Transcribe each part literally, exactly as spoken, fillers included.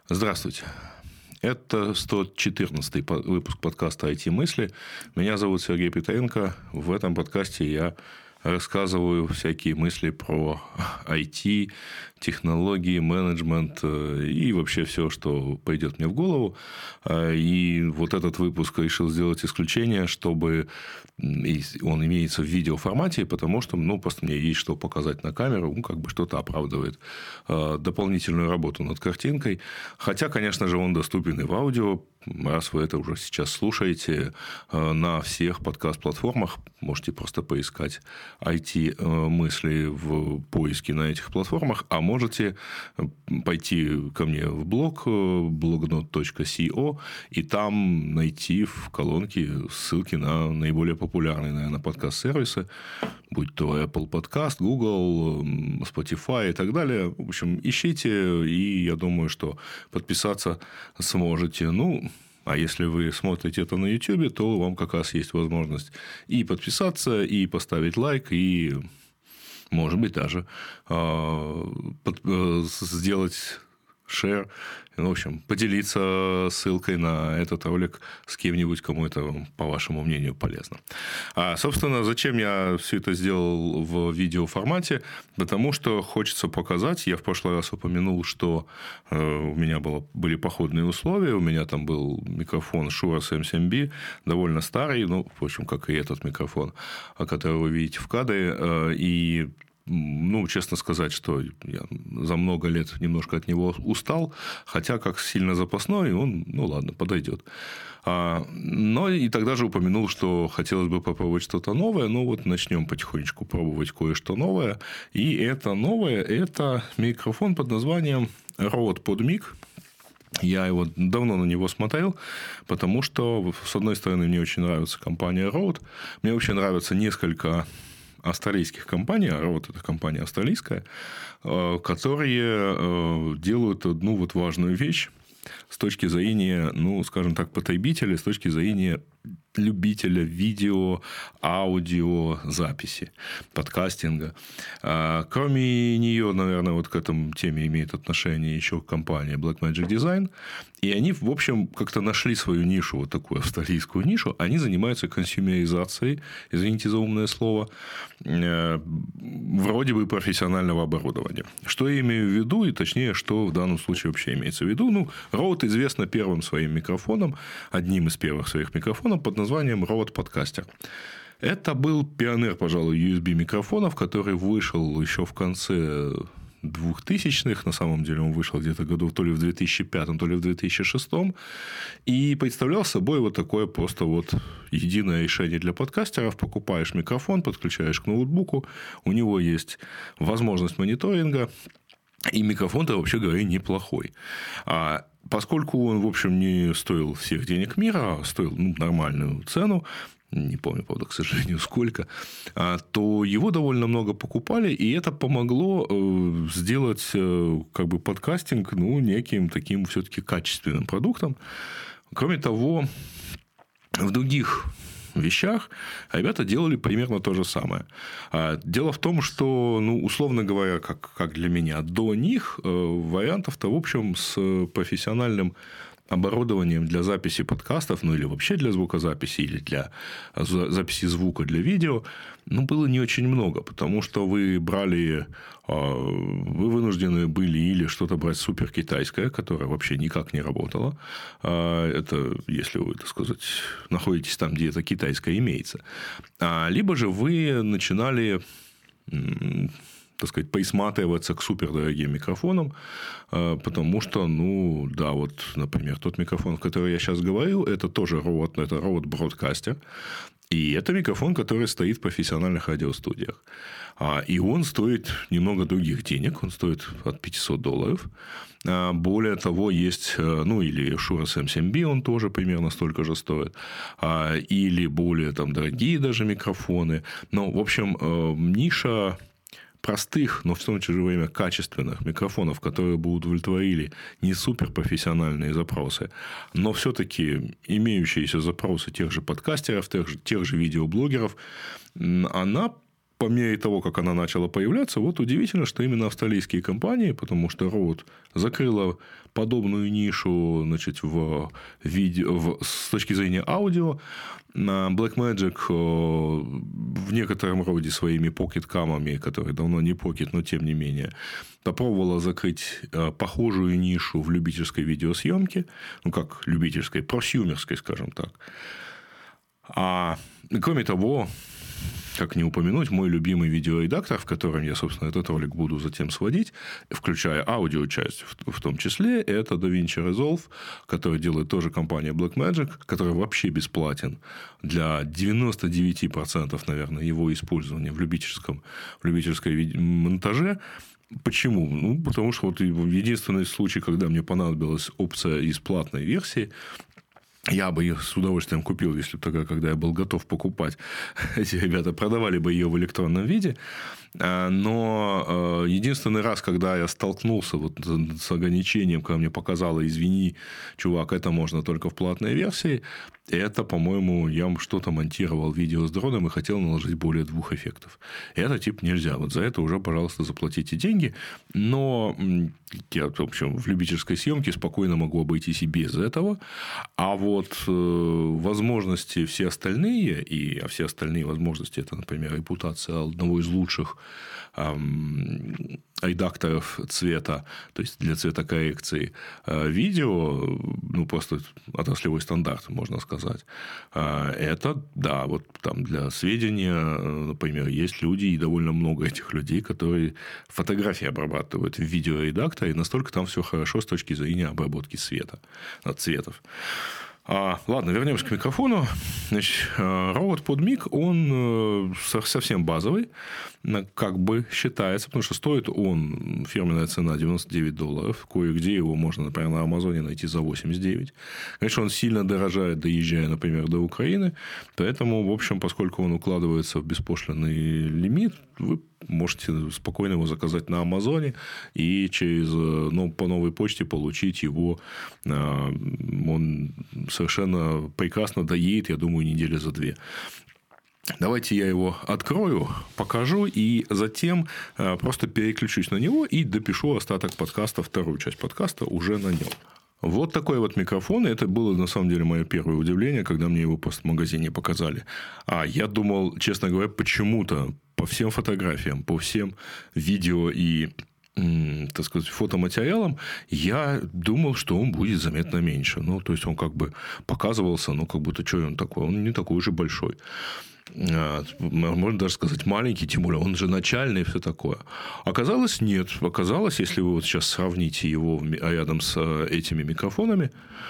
Здравствуйте. Это сто четырнадцатый выпуск подкаста «ай ти-мысли». Меня зовут Сергей Петренко. В этом подкасте я рассказываю всякие мысли про ай ти, технологии, менеджмент и вообще все, что пойдет мне в голову. И вот этот выпуск решил сделать исключение, чтобы он имеется в видеоформате, потому что, ну, просто мне есть что показать на камеру, ну, как бы что-то оправдывает дополнительную работу над картинкой. Хотя, конечно же, он доступен и в аудио, раз вы это уже сейчас слушаете на всех подкаст-платформах. Можете просто поискать ай ти-мысли в поиске на этих платформах, а можете пойти ко мне в блог блогнот точка си о и там найти в колонке ссылки на наиболее популярные, наверное, подкаст-сервисы, будь то Apple Podcast, Google, Spotify и так далее. В общем, ищите, и я думаю, что подписаться сможете. Ну, а если вы смотрите это на YouTube, то вам как раз есть возможность и подписаться, и поставить лайк, и, может быть, даже э, под, э, сделать шер, в общем, поделиться ссылкой на этот ролик с кем-нибудь, кому это, по вашему мнению, полезно. А, собственно, зачем я все это сделал в видеоформате? Потому что хочется показать. Я в прошлый раз упомянул, что э, у меня было, были походные условия. У меня там был микрофон Shure эс эм семь би, довольно старый, ну, впрочем, как и этот микрофон, который вы видите в кадре. Э, и Ну, честно сказать, что я за много лет немножко от него устал, хотя как сильно запасной, он, ну, ладно, подойдет. А, но и тогда же упомянул, что хотелось бы попробовать что-то новое. Ну, вот начнем потихонечку пробовать кое-что новое. И это новое, это микрофон под названием Rode PodMic. Я его давно на него смотрел, потому что, с одной стороны, мне очень нравится компания Rode. Мне вообще нравится несколько австралийских компаний, а Rode – это компания австралийская, которые делают одну вот важную вещь с точки зрения, ну, скажем так, потребителя, с точки зрения любителя видео, аудио, записи, подкастинга. Кроме нее, наверное, вот к этому теме имеет отношение еще компания Blackmagic Design. И они, в общем, как-то нашли свою нишу, вот такую австралийскую нишу. Они занимаются консюмеризацией, извините за умное слово, вроде бы профессионального оборудования. Что я имею в виду, и точнее, что в данном случае вообще имеется в виду? Ну, Rode известна первым своим микрофоном, одним из первых своих микрофонов под названием Rode Podcaster. Это был пионер, пожалуй, ю эс би-микрофонов, который вышел еще в конце двухтысячных. На самом деле он вышел где-то году то ли в две тысячи пятом, то ли в две тысячи шестом. И представлял собой вот такое просто вот единое решение для подкастеров. Покупаешь микрофон, подключаешь к ноутбуку. У него есть возможность мониторинга. И микрофон-то, вообще говоря, неплохой. А поскольку он, в общем, не стоил всех денег мира, а стоил, ну, нормальную цену, не помню, правда, к сожалению, сколько, то его довольно много покупали, и это помогло сделать как бы подкастинг, ну, неким таким все-таки качественным продуктом. Кроме того, в других вещах ребята делали примерно то же самое. Дело в том, что, ну, условно говоря, как, как для меня, до них вариантов-то, в общем, с профессиональным оборудованием для записи подкастов, ну, или вообще для звукозаписи, или для записи звука для видео, ну, было не очень много, потому что вы брали, вы вынуждены были или что-то брать супер китайское, которое вообще никак не работало. Это, если вы, так сказать, находитесь там, где это китайское имеется. Либо же вы начинали, так сказать, присматриваться к супердорогим микрофонам, потому что, ну, да, вот, например, тот микрофон, о котором я сейчас говорил, это тоже Rode, это Rode Broadcaster, и это микрофон, который стоит в профессиональных радиостудиях. И он стоит немного других денег, он стоит от пятьсот долларов. Более того, есть, ну, или Shure эс эм семь би, он тоже примерно столько же стоит, или более там дорогие даже микрофоны. Но, в общем, ниша простых, но в то же время качественных микрофонов, которые бы удовлетворили не суперпрофессиональные запросы, но все-таки имеющиеся запросы тех же подкастеров, тех же, тех же видеоблогеров, она по мере того, как она начала появляться, вот удивительно, что именно австралийские компании, потому что Rode закрыла подобную нишу, значит, в видео, в, с точки зрения аудио. Blackmagic в некотором роде своими покет-камами, которые давно не покет, но тем не менее, попробовала закрыть похожую нишу в любительской видеосъемке, ну, как любительской, просюмерской, скажем так. А кроме того, как не упомянуть, мой любимый видеоредактор, в котором я, собственно, этот ролик буду затем сводить, включая аудиочасть в том числе, это DaVinci Resolve, который делает тоже компания Blackmagic, который вообще бесплатен для девяноста девяти процентов, наверное, его использования в любительском, в любительской монтаже. Почему? Ну, потому что вот единственный случай, когда мне понадобилась опция из платной версии, я бы ее с удовольствием купил, если бы тогда, когда я был готов покупать. Эти ребята продавали бы ее в электронном виде. Но единственный раз, когда я столкнулся вот с ограничением, когда мне показало, извини, чувак, это можно только в платной версии, это, по-моему, я что-то монтировал видео с дроном и хотел наложить более двух эффектов. Это типа нельзя. Вот за это уже, пожалуйста, заплатите деньги. Но я, в общем, в любительской съемке спокойно могу обойтись и без этого. А вот возможности все остальные, и а все остальные возможности, это, например, репутация одного из лучших эм, редакторов цвета, то есть для цветокоррекции э, видео, ну, просто отраслевой стандарт, можно сказать. Э, это, да, вот там для сведения, например, есть люди, и довольно много этих людей, которые фотографии обрабатывают в видеоредакторе, и настолько там все хорошо с точки зрения обработки света, цветов. А, ладно, вернемся к микрофону. Значит, Rode PodMic, он совсем базовый, как бы считается, потому что стоит он, фирменная цена девяносто девять долларов. Кое-где его можно, например, на Амазоне найти за восемьдесят девять. Конечно, он сильно дорожает, доезжая, например, до Украины. Поэтому, в общем, поскольку он укладывается в беспошлинный лимит, вы можете спокойно его заказать на Амазоне и через, ну, по новой почте получить его. Он совершенно прекрасно доедет, я думаю, недели за две. Давайте я его открою, покажу, и затем просто переключусь на него и допишу остаток подкаста, вторую часть подкаста уже на нем. Вот такой вот микрофон. И это было, на самом деле, мое первое удивление, когда мне его просто в магазине показали. А я думал, честно говоря, почему-то по всем фотографиям, по всем видео и, так сказать, фотоматериалам, я думал, что он будет заметно меньше. Ну, то есть, он как бы показывался, ну, как будто, что он такой? Он не такой уж и большой. Можно даже сказать маленький, тем более он же начальный и все такое. Оказалось, нет. Оказалось, если вы вот сейчас сравните его рядом с этими микрофонами,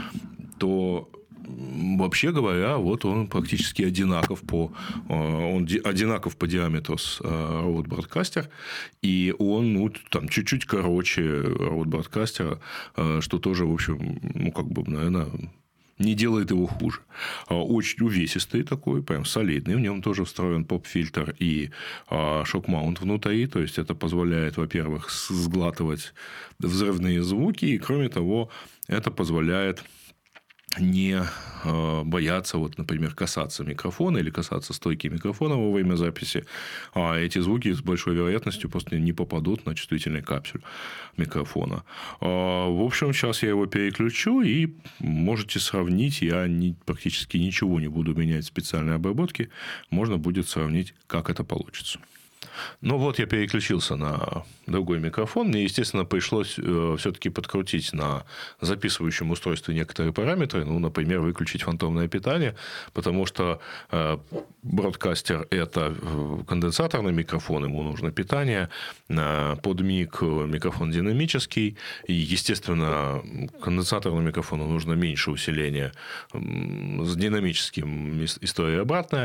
то вообще говоря, вот он практически одинаков по, он одинаков по диаметру с Rode Broadcaster, и он, ну, там чуть-чуть короче Rode Broadcaster, что тоже, в общем, ну, как бы, наверное, не делает его хуже. Очень увесистый такой, прям солидный. В нем тоже встроен поп-фильтр и шок-маунт внутри. То есть, это позволяет, во-первых, сглатывать взрывные звуки. И, кроме того, это позволяет не бояться, вот, например, касаться микрофона или касаться стойки микрофона во время записи. А эти звуки с большой вероятностью просто не попадут на чувствительный капсюль микрофона. В общем, сейчас я его переключу, и можете сравнить. Я не, практически ничего не буду менять в специальной обработке. Можно будет сравнить, как это получится. Ну, вот я переключился на другой микрофон. Мне, естественно, пришлось э, все-таки подкрутить на записывающем устройстве некоторые параметры. Ну, например, выключить фантомное питание, потому что э, бродкастер – это конденсаторный микрофон, ему нужно питание. Под мик микрофон динамический. И, естественно, конденсаторному микрофону нужно меньше усиления. С динамическим история обратная.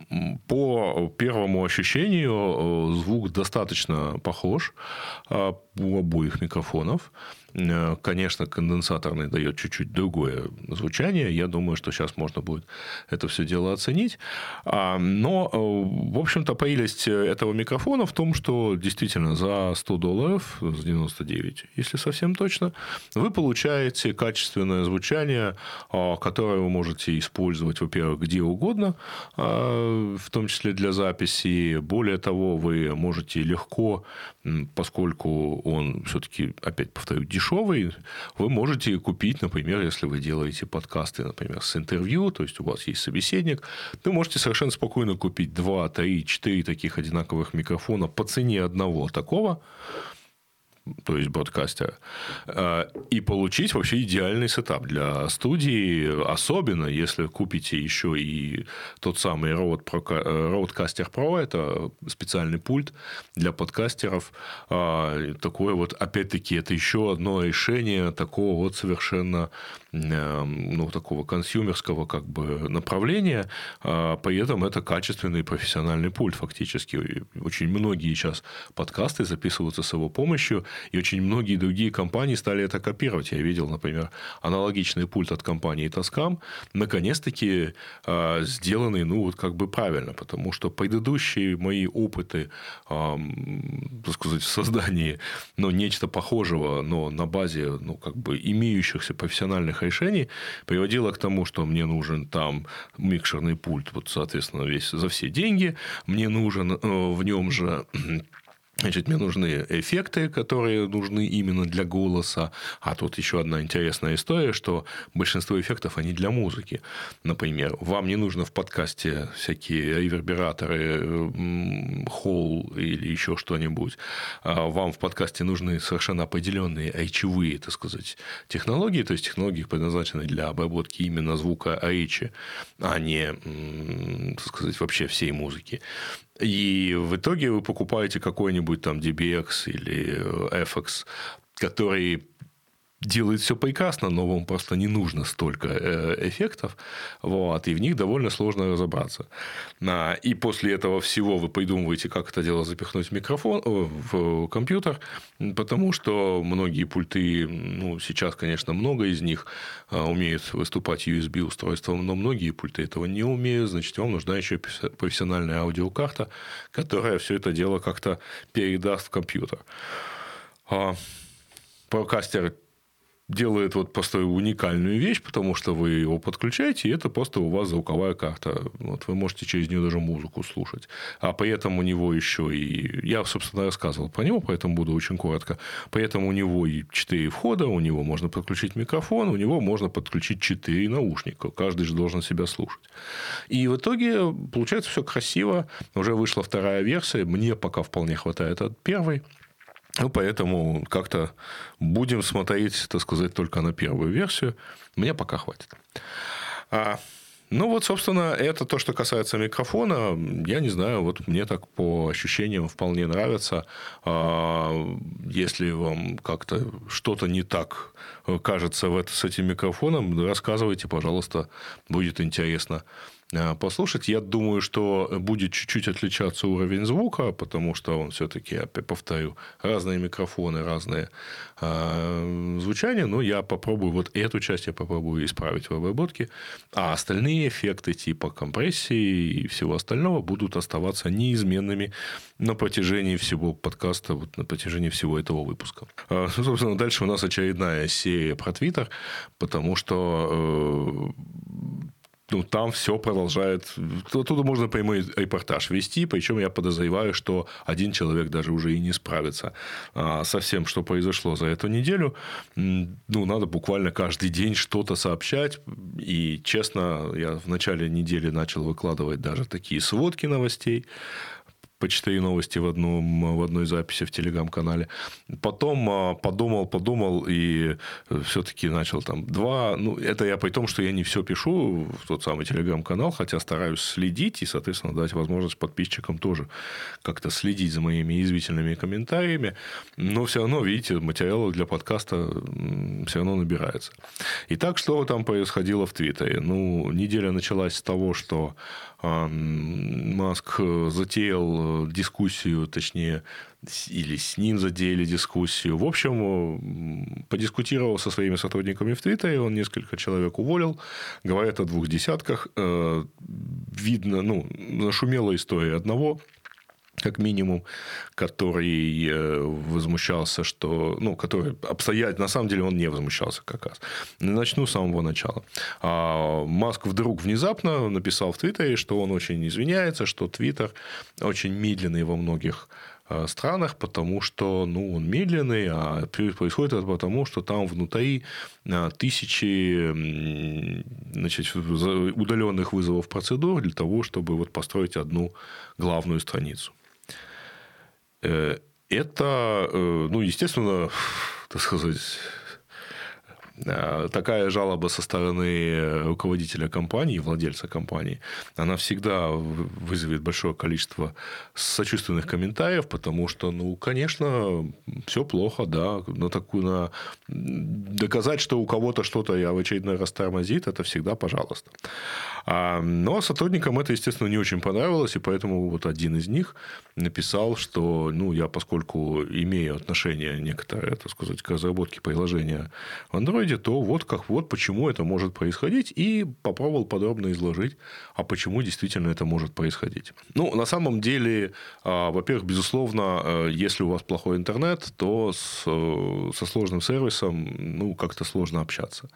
По первому ощущению звук достаточно похож. у обоих микрофонов. Конечно, конденсаторный дает чуть-чуть другое звучание. Я думаю, что сейчас можно будет это все дело оценить. Но, в общем-то, прелесть этого микрофона в том, что действительно за сто долларов, за девяносто девять, если совсем точно, вы получаете качественное звучание, которое вы можете использовать, во-первых, где угодно, в том числе для записи. Более того, вы можете легко, поскольку он все-таки, опять повторю, дешевый, вы можете купить, например, если вы делаете подкасты, например, с интервью, то есть у вас есть собеседник, вы можете совершенно спокойно купить два, три, четыре таких одинаковых микрофона по цене одного такого, то есть бродкастера, и получить вообще идеальный сетап для студии, особенно если купите еще и тот самый Rodecaster Pro, это специальный пульт для подкастеров. Такое вот, опять-таки, это еще одно решение такого вот совершенно, ну, такого консюмерского как бы направления, при этом это качественный профессиональный пульт фактически. Очень многие сейчас подкасты записываются с его помощью, и очень многие другие компании стали это копировать. Я видел, например, аналогичный пульт от компании Tascam, наконец-таки сделанный, ну, вот как бы правильно, потому что предыдущие мои опыты, так сказать, в создании, ну, нечто похожего, но на базе, ну, как бы имеющихся профессиональных решений, приводило к тому, что мне нужен там микшерный пульт, вот, соответственно, весь за все деньги, мне нужен в нем же... Значит, мне нужны эффекты, которые нужны именно для голоса. А тут еще одна интересная история, что большинство эффектов, они для музыки. Например, вам не нужно в подкасте всякие ревербераторы, холл или еще что-нибудь. Вам в подкасте нужны совершенно определенные речевые, так сказать, технологии, то есть технологии, предназначенные для обработки именно звука речи, а не, так сказать, вообще всей музыки. И в итоге вы покупаете какой-нибудь там ди би экс или эф экс, который делает все прекрасно, но вам просто не нужно столько эффектов, вот, и в них довольно сложно разобраться. И после этого всего вы придумываете, как это дело запихнуть в микрофон, в компьютер, потому что многие пульты, ну, сейчас, конечно, много из них умеют выступать ю эс би-устройством, но многие пульты этого не умеют, значит, вам нужна еще профессиональная аудиокарта, которая все это дело как-то передаст в компьютер. Бродкастер делает вот просто уникальную вещь, потому что вы его подключаете, и это просто у вас звуковая карта. Вот вы можете через нее даже музыку слушать. А при этом у него еще и... Я, собственно, рассказывал про него, поэтому буду очень коротко. При этом у него и четыре входа, у него можно подключить микрофон, у него можно подключить четыре наушника. Каждый же должен себя слушать. И в итоге получается все красиво. Уже вышла вторая версия. Мне пока вполне хватает от первой. Ну, поэтому как-то будем смотреть, так сказать, только на первую версию. Мне пока хватит. А, ну, вот, собственно, это то, что касается микрофона. Я не знаю, вот мне так по ощущениям вполне нравится. А, если вам как-то что-то не так кажется в это, с этим микрофоном, рассказывайте, пожалуйста, будет интересно послушать. Я думаю, что будет чуть-чуть отличаться уровень звука, потому что он все-таки, опять повторю, разные микрофоны, разные э, звучания, но я попробую, вот эту часть я попробую исправить в обработке, а остальные эффекты типа компрессии и всего остального будут оставаться неизменными на протяжении всего подкаста, вот на протяжении всего этого выпуска. Э, собственно, дальше у нас очередная серия про Твиттер, потому что... Э, Ну, там все продолжает... Оттуда можно прямой репортаж вести, причем я подозреваю, что один человек даже уже и не справится со всем, что произошло за эту неделю. Ну, надо буквально каждый день что-то сообщать. И, честно, я в начале недели начал выкладывать даже такие сводки новостей. По четыре новости в, одном, в одной записи в Телеграм-канале. Потом подумал, подумал и все-таки начал там два. Ну, это я при том, что я не все пишу в тот самый Телеграм-канал, хотя стараюсь следить и, соответственно, дать возможность подписчикам тоже как-то следить за моими язвительными комментариями. Но все равно, видите, материала для подкаста все равно набирается. Итак, что там происходило в Твиттере? Ну, неделя началась с того, что Маск затеял э, дискуссию, точнее, или с ним задели дискуссию. В общем, подискутировал со своими сотрудниками в Твиттере, он несколько человек уволил, говорят о двух десятках. Э, видно, ну, нашумела история одного, как минимум, который возмущался, что... Ну, который обстоятельно... На самом деле, он не возмущался как раз. Начну с самого начала. А Маск вдруг внезапно написал в Твиттере, что он очень извиняется, что Твиттер очень медленный во многих странах, потому что, ну, он медленный, а происходит это потому, что там внутри тысячи, значит, удаленных вызовов процедур для того, чтобы вот построить одну главную страницу. Это, ну, естественно, так сказать, такая жалоба со стороны руководителя компании, владельца компании, она всегда вызовет большое количество сочувственных комментариев, потому что, ну, конечно, все плохо, да, на такую, на... доказать, что у кого-то что-то в очередной раз тормозит, это всегда пожалуйста. Но сотрудникам это, естественно, не очень понравилось, и поэтому вот один из них написал, что, ну, я, поскольку имею отношение некоторое, так сказать, к разработке приложения в Android, то вот как вот почему это может происходить, и попробовал подробно изложить, а почему действительно это может происходить. Ну, на самом деле, во-первых, безусловно, если у вас плохой интернет, то с, со сложным сервисом, ну, как-то сложно общаться.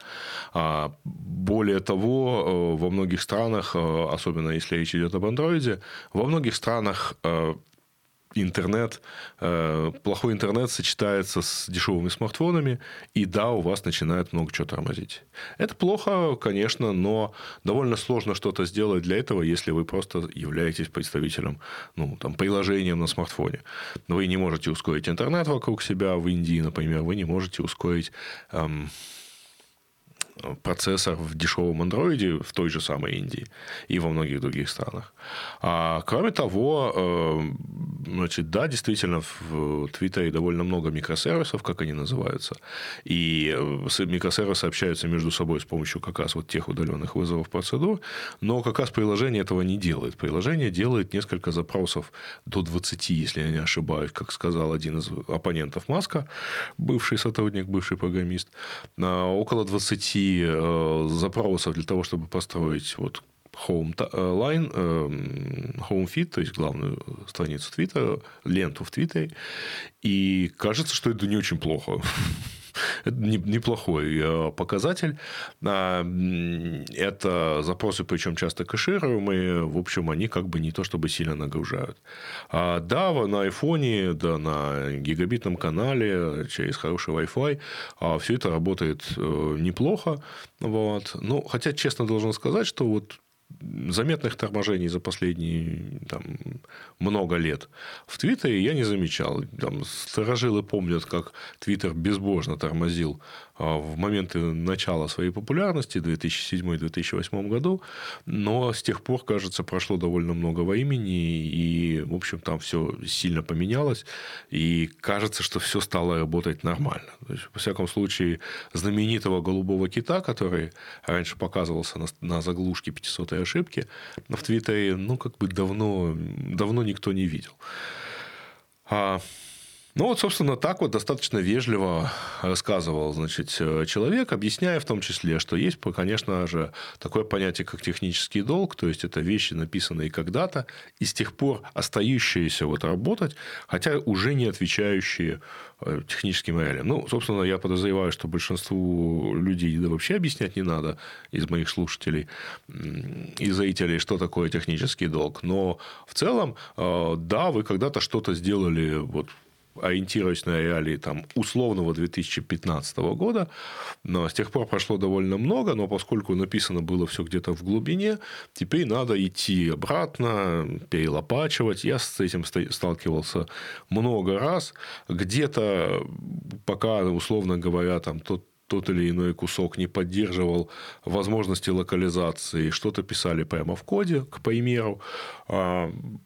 Более того, во многих странах, особенно если речь идет об Android, во многих странах интернет, плохой интернет сочетается с дешевыми смартфонами, и да, у вас начинает много чего тормозить. Это плохо, конечно, но довольно сложно что-то сделать для этого, если вы просто являетесь представителем, ну, там, приложением на смартфоне. Вы не можете ускорить интернет вокруг себя в Индии, например, вы не можете ускорить эм, процессор в дешевом андроиде в той же самой Индии и во многих других странах. А, кроме того, значит, да, действительно, в Твиттере довольно много микросервисов, как они называются, и микросервисы общаются между собой с помощью как раз вот тех удаленных вызовов процедур, но как раз приложение этого не делает. Приложение делает несколько запросов до двадцати, если я не ошибаюсь, как сказал один из оппонентов Маска, бывший сотрудник, бывший программист, около двадцати запросов для того, чтобы построить вот Home Line, Home Feed, то есть главную страницу Твиттера, ленту в Твиттере. И кажется, что это не очень плохо. Это неплохой показатель. Это запросы, причем часто кэшируемые. В общем, они как бы не то чтобы сильно нагружают. Да, на айфоне, да, на гигабитном канале через хороший Wi-Fi все это работает неплохо. Вот. Ну, хотя, честно должен сказать, что вот заметных торможений за последние там, много лет в Твиттере я не замечал. Там, старожилы помнят, как Твиттер безбожно тормозил в моменты начала своей популярности в две тысячи седьмом - две тысячи восьмом году, но с тех пор, кажется, прошло довольно много времени, и, в общем, там все сильно поменялось, и кажется, что все стало работать нормально. То есть, во всяком случае, знаменитого голубого кита, который раньше показывался на, на заглушке пятисотой ошибки, в Твиттере, ну, как бы давно, давно никто не видел. А... Ну, вот, собственно, так вот достаточно вежливо рассказывал, значит, человек, объясняя в том числе, что есть, конечно же, такое понятие, как технический долг, то есть, это вещи, написанные когда-то, и с тех пор остающиеся вот работать, хотя уже не отвечающие техническим реалиям. Ну, собственно, я подозреваю, что большинству людей да вообще объяснять не надо из моих слушателей и зрителей, что такое технический долг. Но в целом, да, вы когда-то что-то сделали, вот, ориентируясь на реалии там, условного две тысячи пятнадцатого года, но с тех пор прошло довольно много, но поскольку написано было все где-то в глубине, теперь надо идти обратно, перелопачивать. Я с этим сталкивался много раз. Где-то, пока, условно говоря, там, тот тот или иной кусок не поддерживал возможности локализации, что-то писали прямо в коде, к примеру.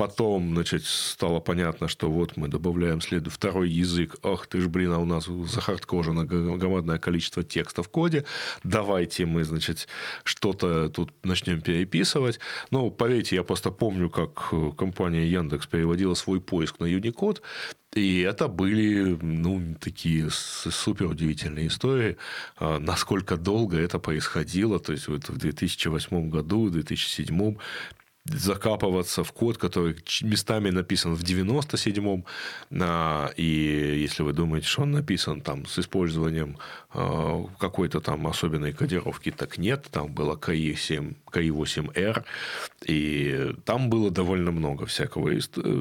Потом, значит, стало понятно, что вот мы добавляем след... второй язык. Ах ты ж, блин, а у нас захардкожено громадное количество текста в коде. Давайте мы, значит, что-то тут начнем переписывать. Ну, поверьте, я просто помню, как компания Яндекс переводила свой поиск на Unicode. И это были, ну, такие супер удивительные истории, насколько долго это происходило. То есть, вот в две тысячи восьмом году, в две тысячи седьмом закапываться в код, который местами написан в девяносто седьмом, и если вы думаете, что он написан там с использованием какой-то там особенной кодировки, так нет, там было КИ семь, КИ восемь эр, и там было довольно много всякого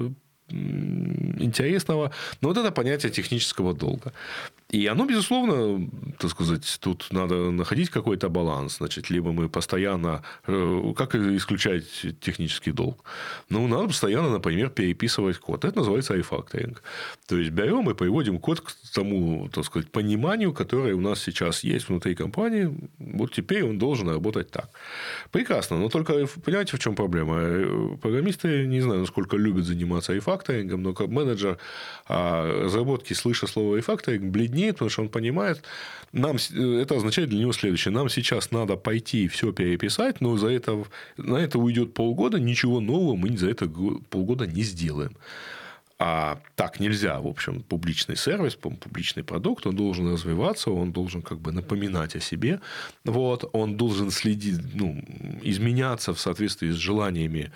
интересного, но вот это понятие технического долга. И оно, безусловно, так сказать, тут надо находить какой-то баланс. Значит, либо мы постоянно... Как исключать технический долг? Ну, надо постоянно, например, переписывать код. Это называется рефакторинг. То есть, берем и приводим код к тому, так сказать, пониманию, которое у нас сейчас есть внутри компании. Вот теперь он должен работать так. Прекрасно. Но только, понимаете, в чем проблема? Программисты, не знаю, насколько любят заниматься рефакторингом, но менеджер разработки, слыша слово рефакторинг, бледнеет, потому что он понимает, нам, это означает для него следующее. Нам сейчас надо пойти и все переписать, но за это, на это уйдет полгода, ничего нового мы за это полгода не сделаем. А так нельзя. В общем, публичный сервис, публичный продукт, он должен развиваться, он должен как бы напоминать о себе. Вот, он должен следить, ну, изменяться в соответствии с желаниями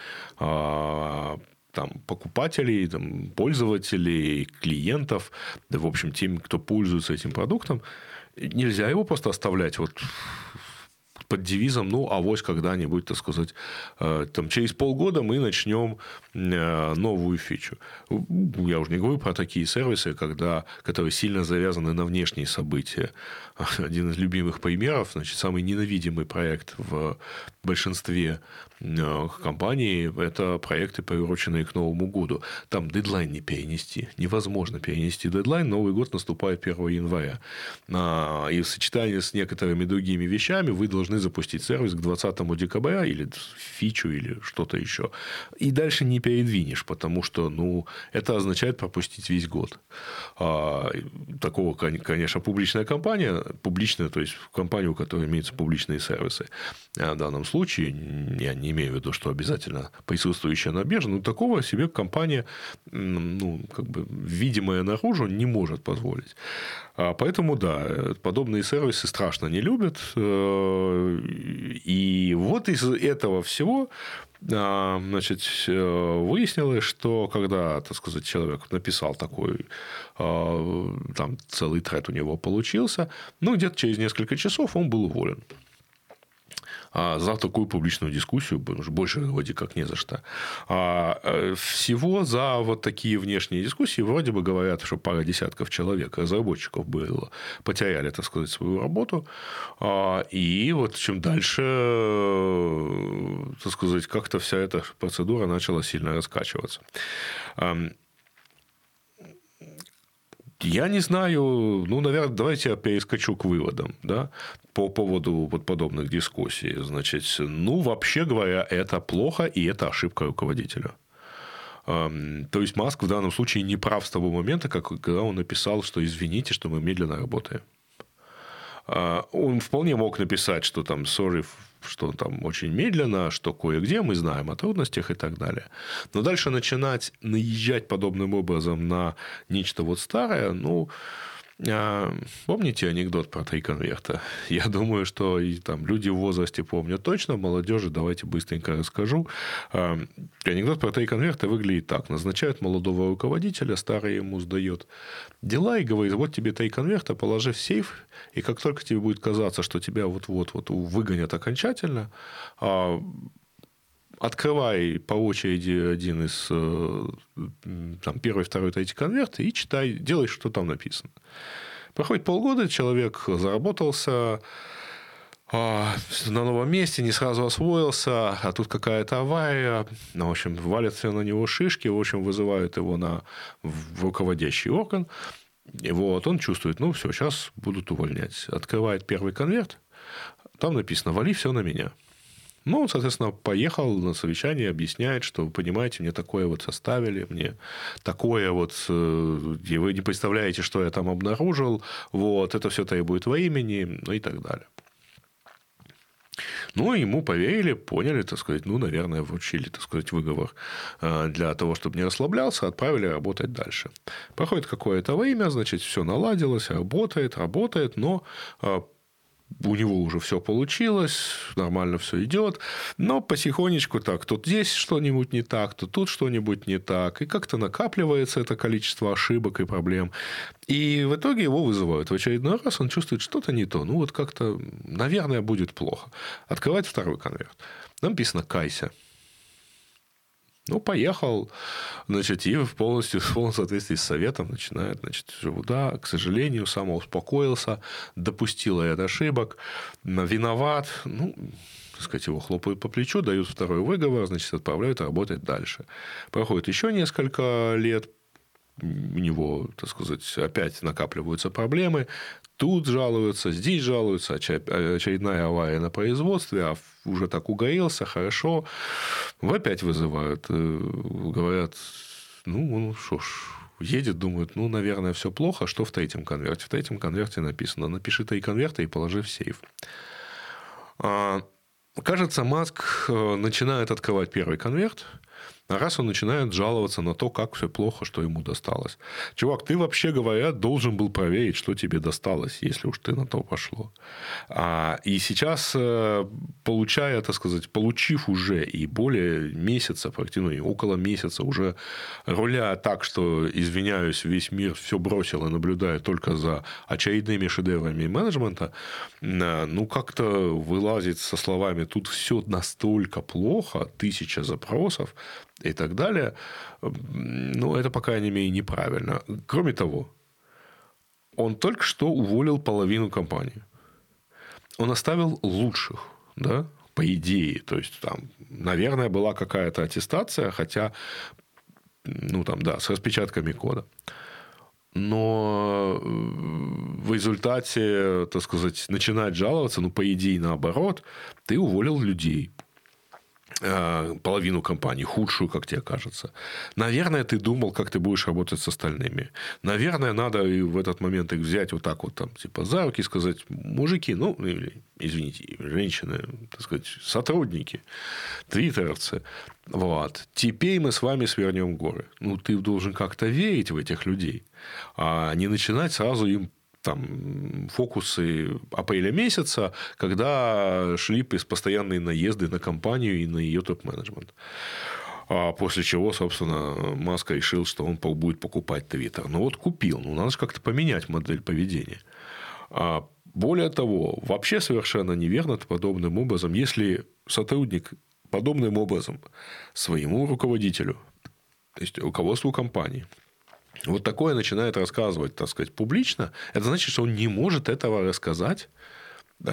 там, покупателей, там, пользователей, клиентов, да, в общем, тем, кто пользуется этим продуктом. Нельзя его просто оставлять вот под девизом, ну, авось когда-нибудь, так сказать, там, через полгода мы начнем новую фичу. Я уже не говорю про такие сервисы, когда, которые сильно завязаны на внешние события. Один из любимых примеров, значит, самый ненавидимый проект в большинстве компаний – это проекты, приуроченные к Новому году. Там дедлайн не перенести. Невозможно перенести дедлайн. Новый год наступает первого января. И в сочетании с некоторыми другими вещами вы должны запустить сервис к двадцатому декабря или фичу, или что-то еще. И дальше не передвинешь, потому что, ну, это означает пропустить весь год. А, такого, конечно, публичная компания, публичная, то есть компания, у которой имеются публичные сервисы. В данном случае, я не имею в виду, что обязательно присутствующая на бирже, но такого себе компания, ну, как бы видимая наружу, не может позволить. Поэтому, да, подобные сервисы страшно не любят. И вот из этого всего, значит, выяснилось, что когда, так сказать, человек написал такой, там целый тред у него получился, ну, где-то через несколько часов он был уволен. За такую публичную дискуссию, больше вроде как не за что. А всего за вот такие внешние дискуссии вроде бы говорят, что пара десятков человек, разработчиков было, потеряли, так сказать, свою работу. И вот чем дальше, так сказать, как-то вся эта процедура начала сильно раскачиваться. Я не знаю, ну, наверное, давайте я перескочу к выводам, да, по поводу вот подобных дискуссий. Значит, ну, вообще говоря, это плохо, и это ошибка руководителя. То есть, Маск в данном случае не прав с того момента, как, когда он написал, что извините, что мы медленно работаем. Он вполне мог написать, что там sorry, что там очень медленно, что кое-где мы знаем о трудностях и так далее. Но дальше начинать наезжать подобным образом на нечто вот старое, ну, помните анекдот про три конверта? Я думаю, что и там люди в возрасте помнят точно, молодежи давайте быстренько расскажу. Анекдот про три конверта выглядит так. Назначают молодого руководителя, старый ему сдает дела и говорит, вот тебе три конверта, положи в сейф, и как только тебе будет казаться, что тебя вот-вот вот выгонят окончательно, открывай по очереди один из там, первый, второй, третий конверт и читай, делай, что там написано. Проходит полгода, человек заработался на новом месте, не сразу освоился, а тут какая-то авария, ну, в общем, валятся на него шишки, в общем, вызывают его на в руководящий орган. И вот он чувствует, ну, все, сейчас будут увольнять. Открывает первый конверт, там написано, вали все на меня. Ну, он, соответственно, поехал на совещание, объясняет, что, вы понимаете, мне такое вот составили, мне такое вот, и вы не представляете, что я там обнаружил, вот, это все требует времени, ну, и так далее. Ну, ему поверили, поняли, так сказать, ну, наверное, вручили, так сказать, выговор для того, чтобы не расслаблялся, отправили работать дальше. Проходит какое-то время, значит, все наладилось, работает, работает, но у него уже все получилось, нормально все идет, но потихонечку так, тут здесь что-нибудь не так, то тут что-нибудь не так, и как-то накапливается это количество ошибок и проблем. И в итоге его вызывают в очередной раз, он чувствует, что-то не то, ну вот как-то, наверное, будет плохо. Открывает второй конверт. Там написано «Кайся». Ну, поехал, значит, и в полностью в полном соответствии с советом начинает, значит, да, к сожалению, самоуспокоился, допустил ряд ошибок, виноват, ну, так сказать, его хлопают по плечу, дают второй выговор, значит, отправляют работать дальше. Проходит еще несколько лет, у него, так сказать, опять накапливаются проблемы, тут жалуются, здесь жалуются, очередная авария на производстве, а уже так угорелся, хорошо, опять вызывают, говорят, ну, что ж, едет, думают, ну, наверное, все плохо, что в третьем конверте? В третьем конверте написано, напиши три конверта и положи в сейф. Кажется, Маск начинает открывать первый конверт, а раз он начинает жаловаться на то, как все плохо, что ему досталось. Чувак, ты, вообще говоря, должен был проверить, что тебе досталось, если уж ты на то пошло. А, и сейчас, получая, так сказать, получив уже и более месяца, практически около месяца, уже руля так, что, извиняюсь, весь мир все бросил и наблюдает только за очередными шедеврами менеджмента, ну, как-то вылазить со словами «тут все настолько плохо, тысяча запросов», и так далее, ну, это, по крайней мере, неправильно. Кроме того, он только что уволил половину компании. Он оставил лучших, да, по идее. То есть, там, наверное, была какая-то аттестация, хотя, ну, там, да, с распечатками кода. Но в результате, так сказать, начинать жаловаться, ну, по идее, наоборот, ты уволил людей. Половину компании, худшую, как тебе кажется. Наверное, ты думал, как ты будешь работать с остальными. Наверное, надо и в этот момент их взять вот так вот, там, типа, за руки и сказать, мужики, ну, или, извините, женщины, так сказать, сотрудники, твиттеровцы, вот, теперь мы с вами свернем горы. Ну, ты должен как-то верить в этих людей, а не начинать сразу им там, фокусы апреля месяца, когда шли постоянные наезды на компанию и на ее топ-менеджмент. А после чего, собственно, Маск решил, что он будет покупать Твиттер. Ну, вот купил. Ну, надо же как-то поменять модель поведения. А более того, вообще совершенно неверно подобным образом, если сотрудник подобным образом своему руководителю, то есть руководству компании, вот такое начинает рассказывать, так сказать, публично, это значит, что он не может этого рассказать. Ну,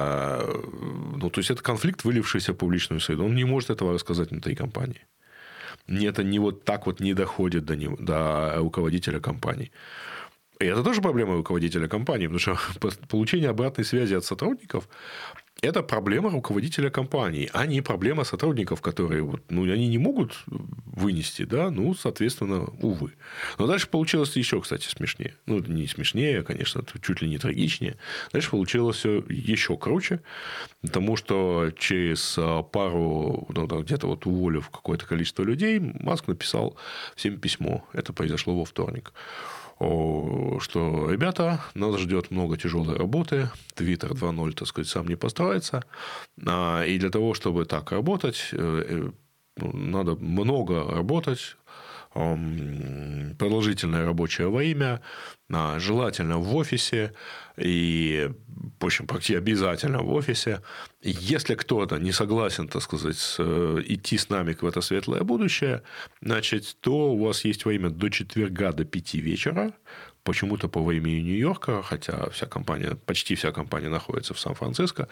то есть, это конфликт, вылившийся в публичную среду. Он не может этого рассказать внутри компании. Это не вот так вот не доходит до него, до руководителя компании. И это тоже проблема руководителя компании, потому что получение обратной связи от сотрудников – это проблема руководителя компании, а не проблема сотрудников, которые вот, ну, они не могут вынести, да, ну, соответственно, увы. Но дальше получилось еще, кстати, смешнее. Ну, не смешнее, конечно, чуть ли не трагичнее. Дальше получилось все еще круче, потому что через пару, ну, где-то вот уволив какое-то количество людей, Маск написал всем письмо. Это произошло во вторник. Что, ребята, нас ждет много тяжелой работы, Твиттер два ноль, так сказать, сам не построится, и для того, чтобы так работать, надо много работать, продолжительное рабочее время, желательно в офисе, и, в общем, практически обязательно в офисе. Если кто-то не согласен, так сказать, идти с нами в это светлое будущее, значит, то у вас есть время до четверга, до пяти вечера, почему-то по времени Нью-Йорка, хотя вся компания, почти вся компания находится в Сан-Франциско,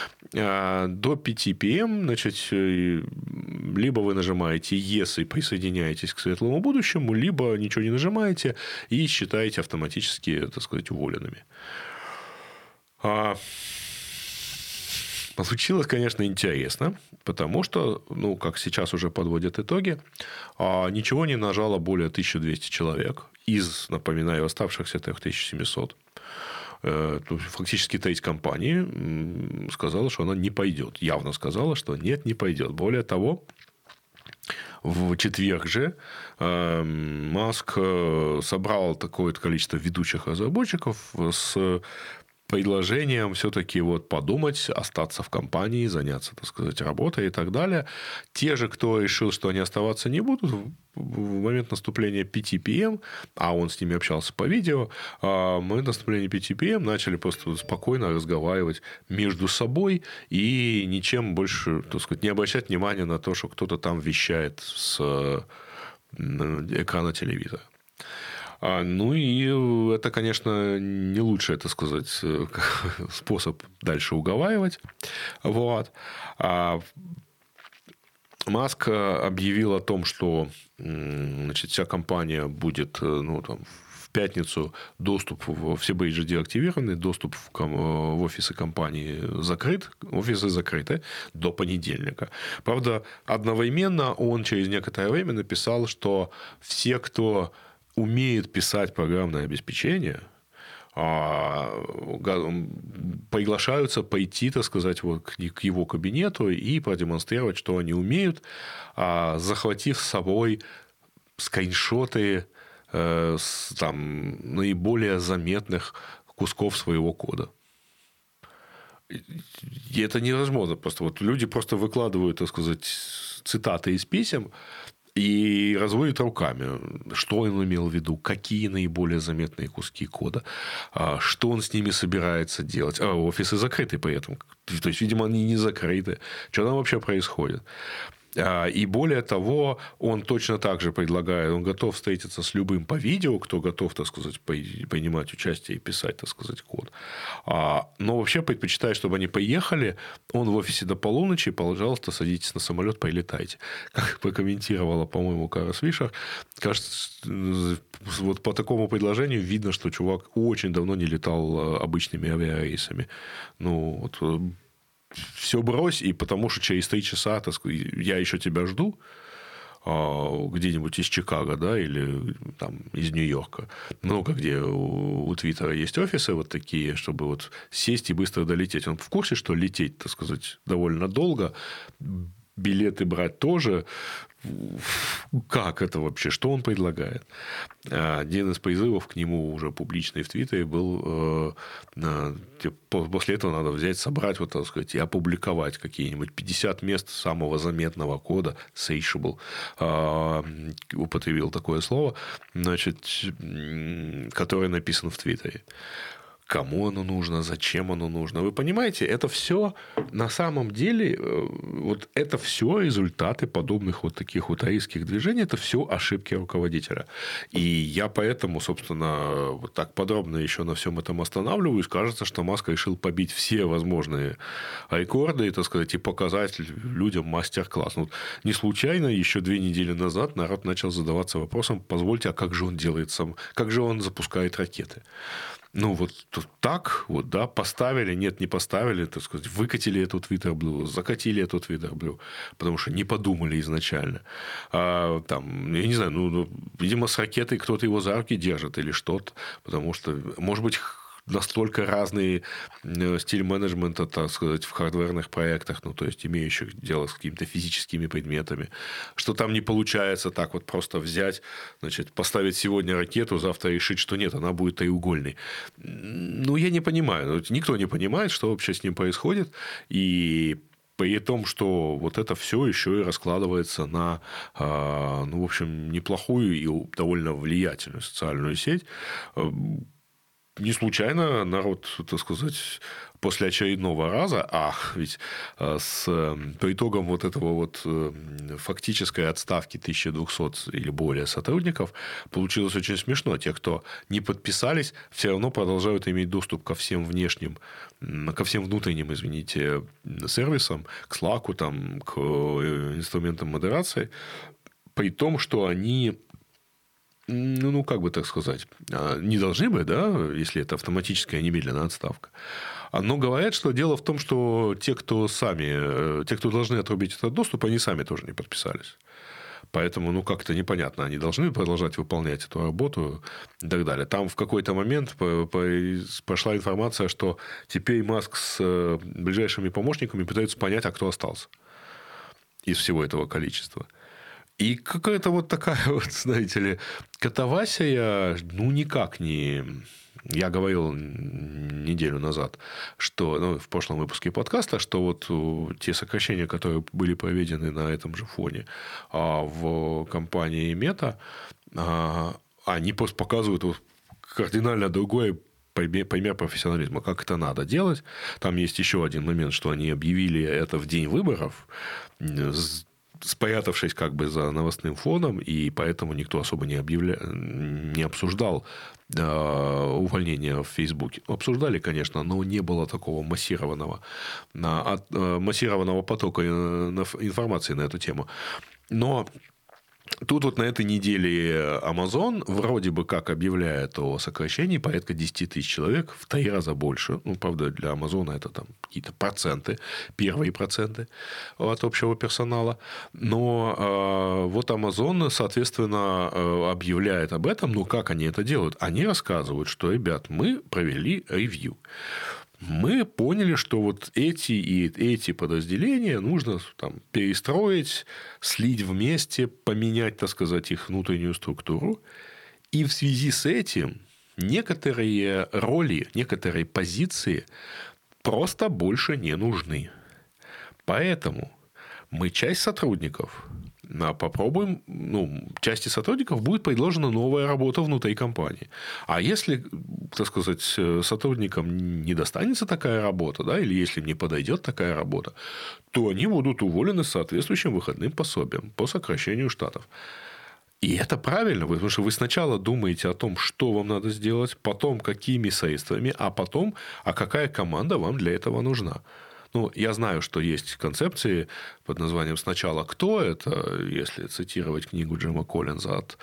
до пяти пэ-эм, значит, либо вы нажимаете «Yes» и присоединяетесь к светлому будущему, либо ничего не нажимаете и считаете автоматически, так сказать, уволенными. Получилось, конечно, интересно, потому что, ну, как сейчас уже подводят итоги, ничего не нажало более тысяча двести человек из, напоминаю, оставшихся три тысячи семьсот. Фактически треть компании сказала, что она не пойдет. Явно сказала, что нет, не пойдет. Более того, в четверг же Маск собрал такое количество ведущих разработчиков с предложением все-таки вот подумать, остаться в компании, заняться, так сказать, работой и так далее. Те же, кто решил, что они оставаться не будут, в момент наступления пяти пи эм, а он с ними общался по видео, в момент наступления пяти пи эм начали просто спокойно разговаривать между собой и ничем больше, так сказать, не обращать внимания на то, что кто-то там вещает с экрана телевизора. Ну, и это, конечно, не лучший, так сказать, способ дальше уговаривать. Вот. Маск объявил о том, что, значит, вся компания будет, ну, там, в пятницу доступ, все бейджи деактивированы, доступ в, в офисы компании закрыт, офисы закрыты до понедельника. Правда, одновременно он через некоторое время написал, что все, кто умеет писать программное обеспечение, приглашаются пойти, так сказать, вот к его кабинету и продемонстрировать, что они умеют, захватив с собой скриншоты там, наиболее заметных кусков своего кода. И это невозможно. Просто вот люди просто выкладывают, так сказать, цитаты из писем, и разводит руками, что он имел в виду, какие наиболее заметные куски кода, что он с ними собирается делать. А офисы закрыты при этом. То есть, видимо, они не закрыты. Что там вообще происходит? И более того, он точно так же предлагает, он готов встретиться с любым по видео, кто готов, так сказать, принимать участие и писать, так сказать, код. Но вообще предпочитает, чтобы они поехали, он в офисе до полуночи, пожалуйста, садитесь на самолет, полетайте. Как прокомментировала, по-моему, Кара Свишер, кажется, вот по такому предложению видно, что чувак очень давно не летал обычными авиарейсами. Ну, вот... Все брось, и потому что через три часа, так сказать, я еще тебя жду где-нибудь из Чикаго, да, или там из Нью-Йорка. Много где у, у Твиттера есть офисы вот такие, чтобы вот сесть и быстро долететь. Он в курсе, что лететь, так сказать, довольно долго, билеты брать тоже. Как это вообще? Что он предлагает? Один из призывов к нему уже публичный в Твиттере был, после этого надо взять, собрать, вот, так сказать, и опубликовать какие-нибудь пятьдесят мест самого заметного кода, searchable, употребил такое слово, значит, который написан в Твиттере. Кому оно нужно, зачем оно нужно. Вы понимаете, это все на самом деле, вот это все результаты подобных вот таких вот аистских движений, это все ошибки руководителя. И я поэтому, собственно, вот так подробно еще на всем этом останавливаюсь. Кажется, что Маск решил побить все возможные рекорды, так сказать, и показать людям мастер-класс. Ну, не случайно еще две недели назад народ начал задаваться вопросом: позвольте, а как же он делает сам, как же он запускает ракеты? Ну, вот так, вот, да, поставили, нет, не поставили, так сказать, выкатили эту Twitter Blue, закатили эту Twitter Blue, потому что не подумали изначально. А, там, я не знаю, ну, видимо, с ракетой кто-то его за руки держит или что-то, потому что, может быть, настолько разный стиль менеджмента, так сказать, в хардверных проектах, ну, то есть, имеющих дело с какими-то физическими предметами, что там не получается так вот просто взять, значит, поставить сегодня ракету, завтра решить, что нет, она будет треугольной. Ну, я не понимаю. Никто не понимает, что вообще с ним происходит. И при том, что вот это все еще и раскладывается на, ну, в общем, неплохую и довольно влиятельную социальную сеть. Не случайно народ, так сказать, после очередного раза, а ведь с, по итогам вот этого вот фактической отставки тысяча двухсот или более сотрудников получилось очень смешно. Те, кто не подписались, все равно продолжают иметь доступ ко всем внешним, ко всем внутренним, извините, сервисам, к Slack, там, к инструментам модерации, при том, что они ну, ну, как бы так сказать, не должны бы, да, если это автоматическая немедленная отставка. Но говорят, что дело в том, что те, кто сами, те, кто должны отрубить этот доступ, они сами тоже не подписались. Поэтому, ну, как-то непонятно, они должны продолжать выполнять эту работу и так далее. Там в какой-то момент пошла информация, что теперь Маск с ближайшими помощниками пытаются понять, а кто остался из всего этого количества. И какая-то вот такая вот, знаете ли, катавасия, ну, никак не... Я говорил неделю назад, что, ну, в прошлом выпуске подкаста, что вот те сокращения, которые были проведены на этом же фоне в компании Мета, они просто показывают вот кардинально другое пример профессионализма, как это надо делать. Там есть еще один момент, что они объявили это в день выборов, спрятавшись как бы за новостным фоном, и поэтому никто особо не, объявля... не обсуждал э, увольнение в Фейсбуке. Обсуждали, конечно, но не было такого массированного, на, э, массированного потока информации на эту тему. Но тут вот на этой неделе Amazon вроде бы как объявляет о сокращении порядка десять тысяч человек, в три раза больше. Ну, правда, для Амазона это там какие-то проценты, первые проценты от общего персонала. Но э, вот Amazon, соответственно, э, объявляет об этом. Ну, как они это делают? Они рассказывают, что, ребят, мы провели ревью. Мы поняли, что вот эти и эти подразделения нужно там перестроить, слить вместе, поменять, так сказать, их внутреннюю структуру. И в связи с этим некоторые роли, некоторые позиции просто больше не нужны. Поэтому мы часть сотрудников попробуем, ну, части сотрудников будет предложена новая работа внутри компании. А если, так сказать, сотрудникам не достанется такая работа, да, или если им не подойдет такая работа, то они будут уволены с соответствующим выходным пособием по сокращению штатов. И это правильно, потому что вы сначала думаете о том, что вам надо сделать, потом какими средствами, а потом, а какая команда вам для этого нужна. Ну, я знаю, что есть концепции под названием «Сначала кто?». Это, если цитировать книгу Джима Коллинза «От,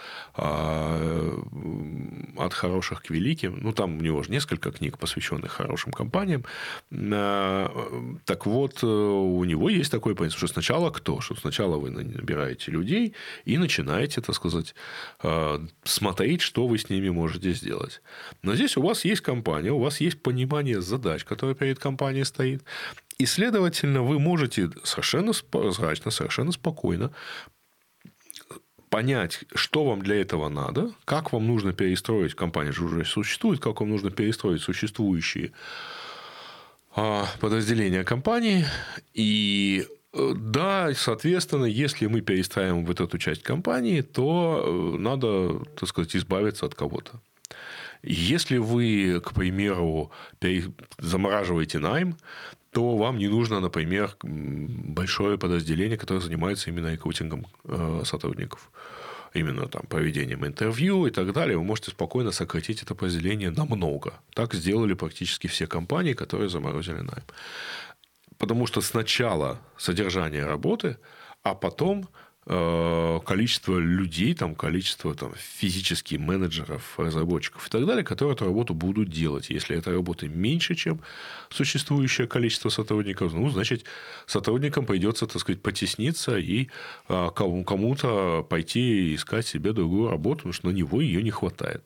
от хороших к великим». Ну, там у него же несколько книг, посвященных хорошим компаниям. Так вот, у него есть такой принцип, что сначала кто? Что сначала вы набираете людей и начинаете, так сказать, смотреть, что вы с ними можете сделать. Но здесь у вас есть компания, у вас есть понимание задач, которые перед компанией стоит. И, следовательно, вы можете совершенно прозрачно, совершенно спокойно понять, что вам для этого надо, как вам нужно перестроить, компания же уже существует, как вам нужно перестроить существующие подразделения компании. И да, соответственно, если мы перестраиваем вот эту часть компании, то надо, так сказать, избавиться от кого-то. Если вы, к примеру, замораживаете найм, то вам не нужно, например, большое подразделение, которое занимается именно рекрутингом сотрудников. Именно там проведением интервью и так далее. Вы можете спокойно сократить это подразделение намного. Так сделали практически все компании, которые заморозили найм. Потому что сначала содержание работы, а потом количество людей, там, количество там, физических менеджеров, разработчиков и так далее, которые эту работу будут делать. Если этой работы меньше, чем существующее количество сотрудников, ну, значит, сотрудникам придется, так сказать, потесниться и кому-то пойти искать себе другую работу, потому что на него ее не хватает.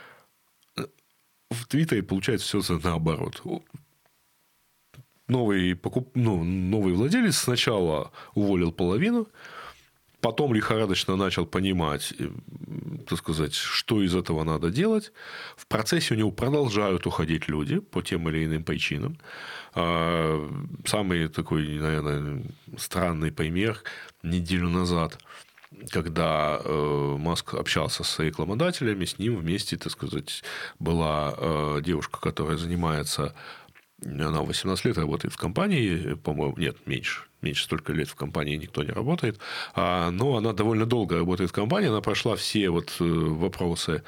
В Твиттере получается все наоборот. Новый, покуп... ну, новый владелец сначала уволил половину, потом лихорадочно начал понимать, так сказать, что из этого надо делать. В процессе у него продолжают уходить люди по тем или иным причинам. Самый такой, наверное, странный пример неделю назад, когда Маск общался с рекламодателями, с ним вместе, так сказать, была девушка, которая занимается... Она восемнадцать лет работает в компании, по-моему, нет, меньше. Меньше столько лет в компании никто не работает. Но она довольно долго работает в компании. Она прошла все вот вопросы,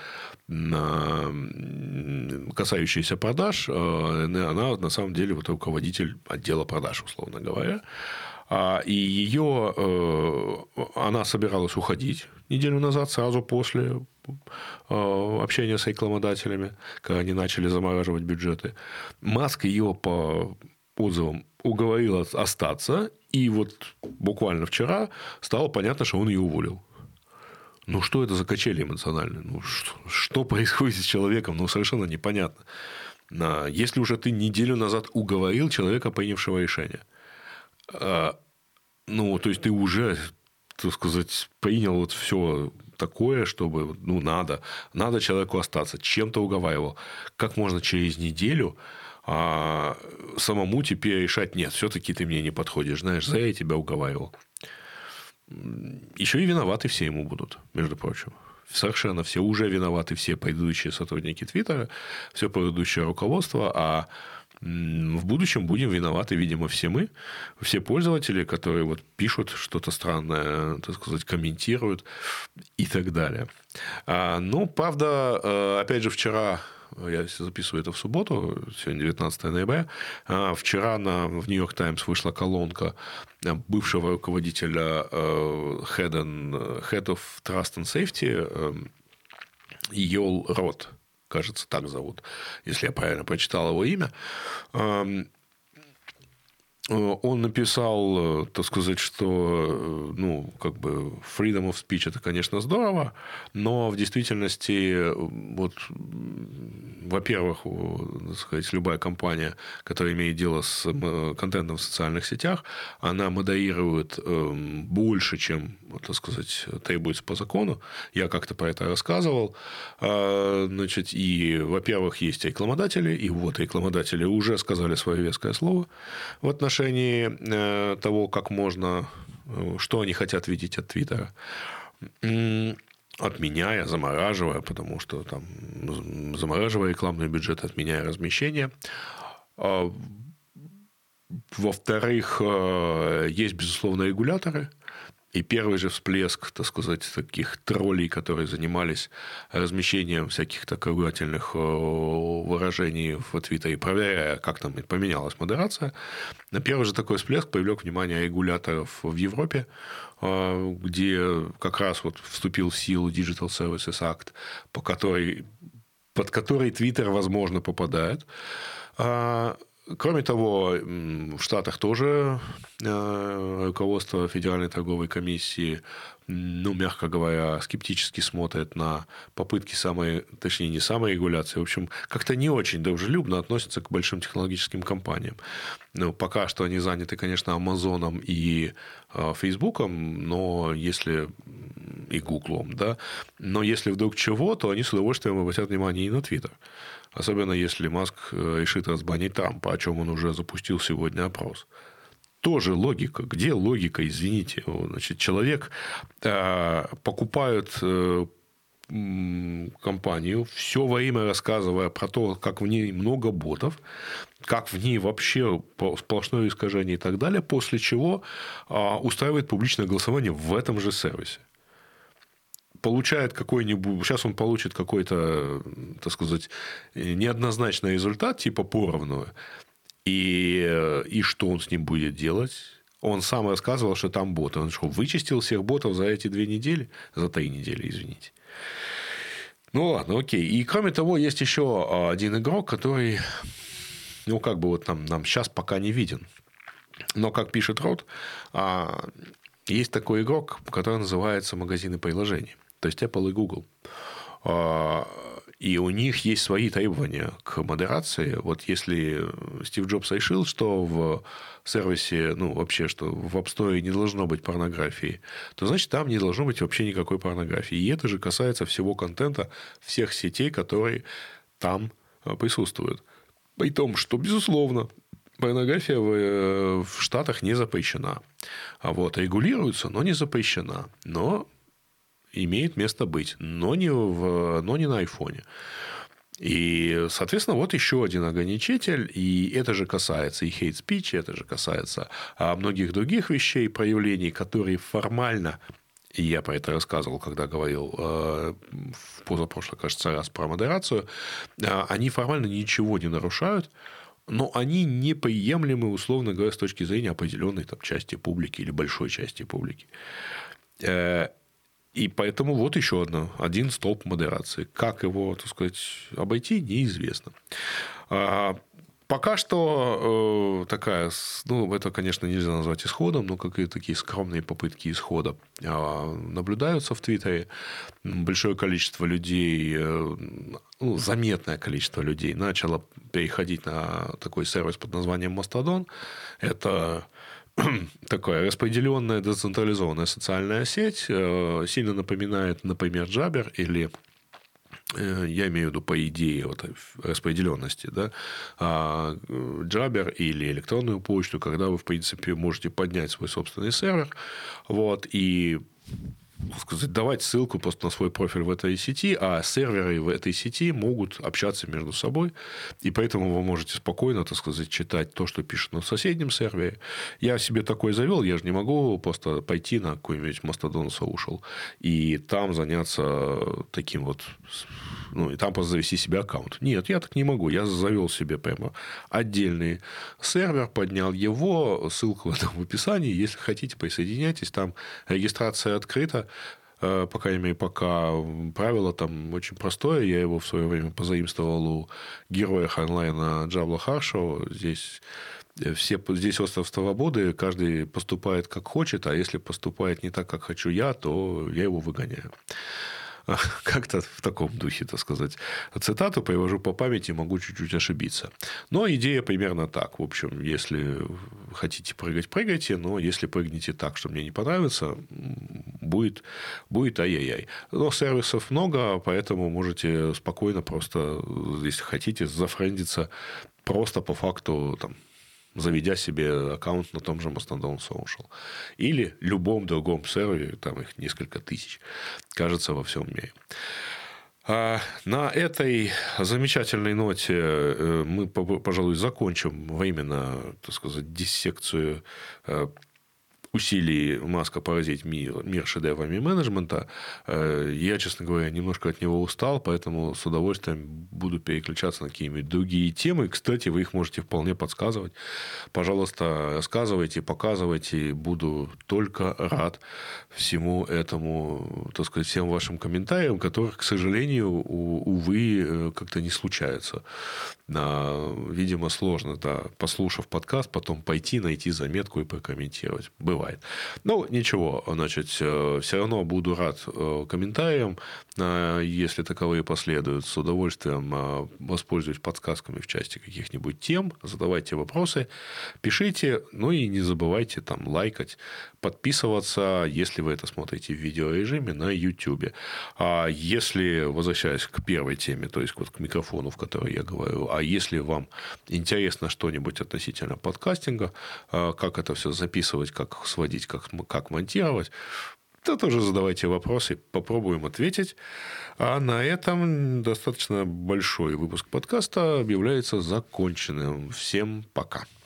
касающиеся продаж. Она, на самом деле, вот руководитель отдела продаж, условно говоря. И ее, она собиралась уходить неделю назад, сразу после общения с рекламодателями, когда они начали замораживать бюджеты. Маск ее по отзывам уговорил остаться, и вот буквально вчера стало понятно, что он ее уволил. Ну, что это за качели эмоциональные? Ну, что, что происходит с человеком? Ну, совершенно непонятно. Если уже ты неделю назад уговорил человека, принявшего решение, ну, то есть, ты уже, так сказать, принял вот все такое, чтобы, ну, надо, надо человеку остаться, чем-то уговаривал. Как можно через неделю а, самому теперь решать, нет, все-таки ты мне не подходишь, знаешь, зря я тебя уговаривал. Еще и виноваты все ему будут, между прочим. Совершенно все уже виноваты, все предыдущие сотрудники Твиттера, все предыдущее руководство, а в будущем будем виноваты, видимо, все мы, все пользователи, которые вот пишут что-то странное, так сказать, комментируют и так далее. Ну, правда, опять же, вчера, я записываю это в субботу, сегодня девятнадцатое ноября, вчера на, в Нью-Йорк Таймс вышла колонка бывшего руководителя Head, and, Head of Trust and Safety Йол Рот, кажется, так зовут, если я правильно прочитал его имя. Он написал, так сказать, что, ну, как бы, freedom of speech – это, конечно, здорово, но в действительности, вот, во-первых, так сказать, любая компания, которая имеет дело с контентом в социальных сетях, она модерирует больше, чем, так сказать, требуется по закону. Я как-то про это рассказывал. Значит, и, во-первых, есть рекламодатели, и вот рекламодатели уже сказали свое веское слово в отношении того, как можно, что они хотят видеть от Твиттера, отменяя, замораживая, потому что там замораживая рекламный бюджет, отменяя размещение. Во-вторых, есть, безусловно, регуляторы. И первый же всплеск, так сказать, таких троллей, которые занимались размещением всяких так ругательных выражений в Твиттере, проверяя, как там поменялась модерация, на первый же такой всплеск привлек внимание регуляторов в Европе, где как раз вот вступил в силу Digital Services Act, по которой, под который Твиттер, возможно, попадает. Кроме того, в Штатах тоже руководство Федеральной торговой комиссии, ну, мягко говоря, скептически смотрит на попытки самой, точнее, не саморегуляции, в общем, как-то не очень дружелюбно относятся к большим технологическим компаниям. Ну, пока что они заняты, конечно, Амазоном и Фейсбуком, но если и Гуглом, да, но если вдруг чего, то они с удовольствием обратят внимание и на Твиттер. Особенно, если Маск решит разбанить Трампа, о чем он уже запустил сегодня опрос. Тоже логика. Где логика, извините? Значит, человек э, покупает э, компанию, все время рассказывая про то, как в ней много ботов, как в ней вообще сплошное искажение и так далее, после чего э, устраивает публичное голосование в этом же сервисе. Получает какой-нибудь... Сейчас он получит какой-то, так сказать, неоднозначный результат, типа поровну. И, и что он с ним будет делать? Он сам рассказывал, что там боты. Он что, вычистил всех ботов за эти две недели? За три недели, извините. Ну, ладно, окей. И, кроме того, есть еще один игрок, который, ну, как бы вот нам, нам сейчас пока не виден. Но, как пишет Рот, есть такой игрок, который называется магазины приложений. То есть Apple и Google. И у них есть свои требования к модерации. Вот если Стив Джобс решил, что в сервисе, ну, вообще, что в App Store не должно быть порнографии, то, значит, там не должно быть вообще никакой порнографии. И это же касается всего контента, всех сетей, которые там присутствуют. При том, что, безусловно, порнография в, в Штатах не запрещена. А вот регулируется, но не запрещена. Но имеет место быть, но не, в, но не на айфоне. И, соответственно, вот еще один ограничитель. И это же касается и hate speech, это же касается многих других вещей, проявлений, которые формально, и я про это рассказывал, когда говорил в позапрошлый, кажется, раз про модерацию, они формально ничего не нарушают, но они неприемлемы, условно говоря, с точки зрения определенной там, части публики или большой части публики. И поэтому вот еще одно, один столб модерации. Как его, так сказать, обойти, неизвестно. Пока что такая, ну, это, конечно, нельзя назвать исходом, но какие-то такие скромные попытки исхода наблюдаются в Твиттере. Большое количество людей, ну, заметное количество людей начало переходить на такой сервис под названием Mastodon. Это такая распределенная децентрализованная социальная сеть, сильно напоминает, например, Jabber или... Я имею в виду по идее вот, распределенности, да, Jabber или электронную почту, когда вы, в принципе, можете поднять свой собственный сервер, вот, и сказать, давать ссылку просто на свой профиль в этой сети, а серверы в этой сети могут общаться между собой, и поэтому вы можете спокойно, так сказать, читать то, что пишут на соседнем сервере. Я себе такой завел, я же не могу просто пойти на какой-нибудь Mastodon Social и там заняться таким вот, ну, и там просто завести себе аккаунт. Нет, я так не могу. Я завел себе прямо отдельный сервер, поднял его, ссылку в описании. Если хотите, присоединяйтесь. Там регистрация открыта. По крайней мере, пока правило там очень простое. Я его в свое время позаимствовал у героя онлайна Джабла Харшоу. Здесь... Все, здесь остров свободы, каждый поступает как хочет, а если поступает не так, как хочу я, то я его выгоняю. Как-то в таком духе, так сказать. Цитату привожу по памяти, могу чуть-чуть ошибиться. Но идея примерно так. В общем, если хотите прыгать, прыгайте, но если прыгнете так, что мне не понравится, будет, будет ай-яй-яй. Но сервисов много, поэтому можете спокойно просто, если хотите, зафрендиться просто по факту там, заведя себе аккаунт на том же Mastodon Social. Или любом другом сервере, там их несколько тысяч, кажется, во всем мире. А на этой замечательной ноте мы, пожалуй, закончим временно, так сказать, диссекцию усилий Маска поразить мир, мир шедеврами менеджмента. Я, честно говоря, немножко от него устал, поэтому с удовольствием буду переключаться на какие-нибудь другие темы. Кстати, вы их можете вполне подсказывать. Пожалуйста, рассказывайте, показывайте. Буду только рад всему этому, так сказать, всем вашим комментариям, которых, к сожалению, увы, как-то не случается. Видимо, сложно, да, послушав подкаст, потом пойти, найти заметку и прокомментировать. Бывает. Ну, ничего, значит, все равно буду рад комментариям, если таковые последуют. С удовольствием воспользуюсь подсказками в части каких-нибудь тем. Задавайте вопросы, пишите, ну и не забывайте там лайкать, подписываться, если вы это смотрите в видеорежиме на YouTube. А если, возвращаясь к первой теме, то есть вот к микрофону, в которой я говорю, а если вам интересно что-нибудь относительно подкастинга, как это все записывать, как сводить, как, как монтировать, то тоже задавайте вопросы, попробуем ответить. А на этом достаточно большой выпуск подкаста объявляется законченным. Всем пока.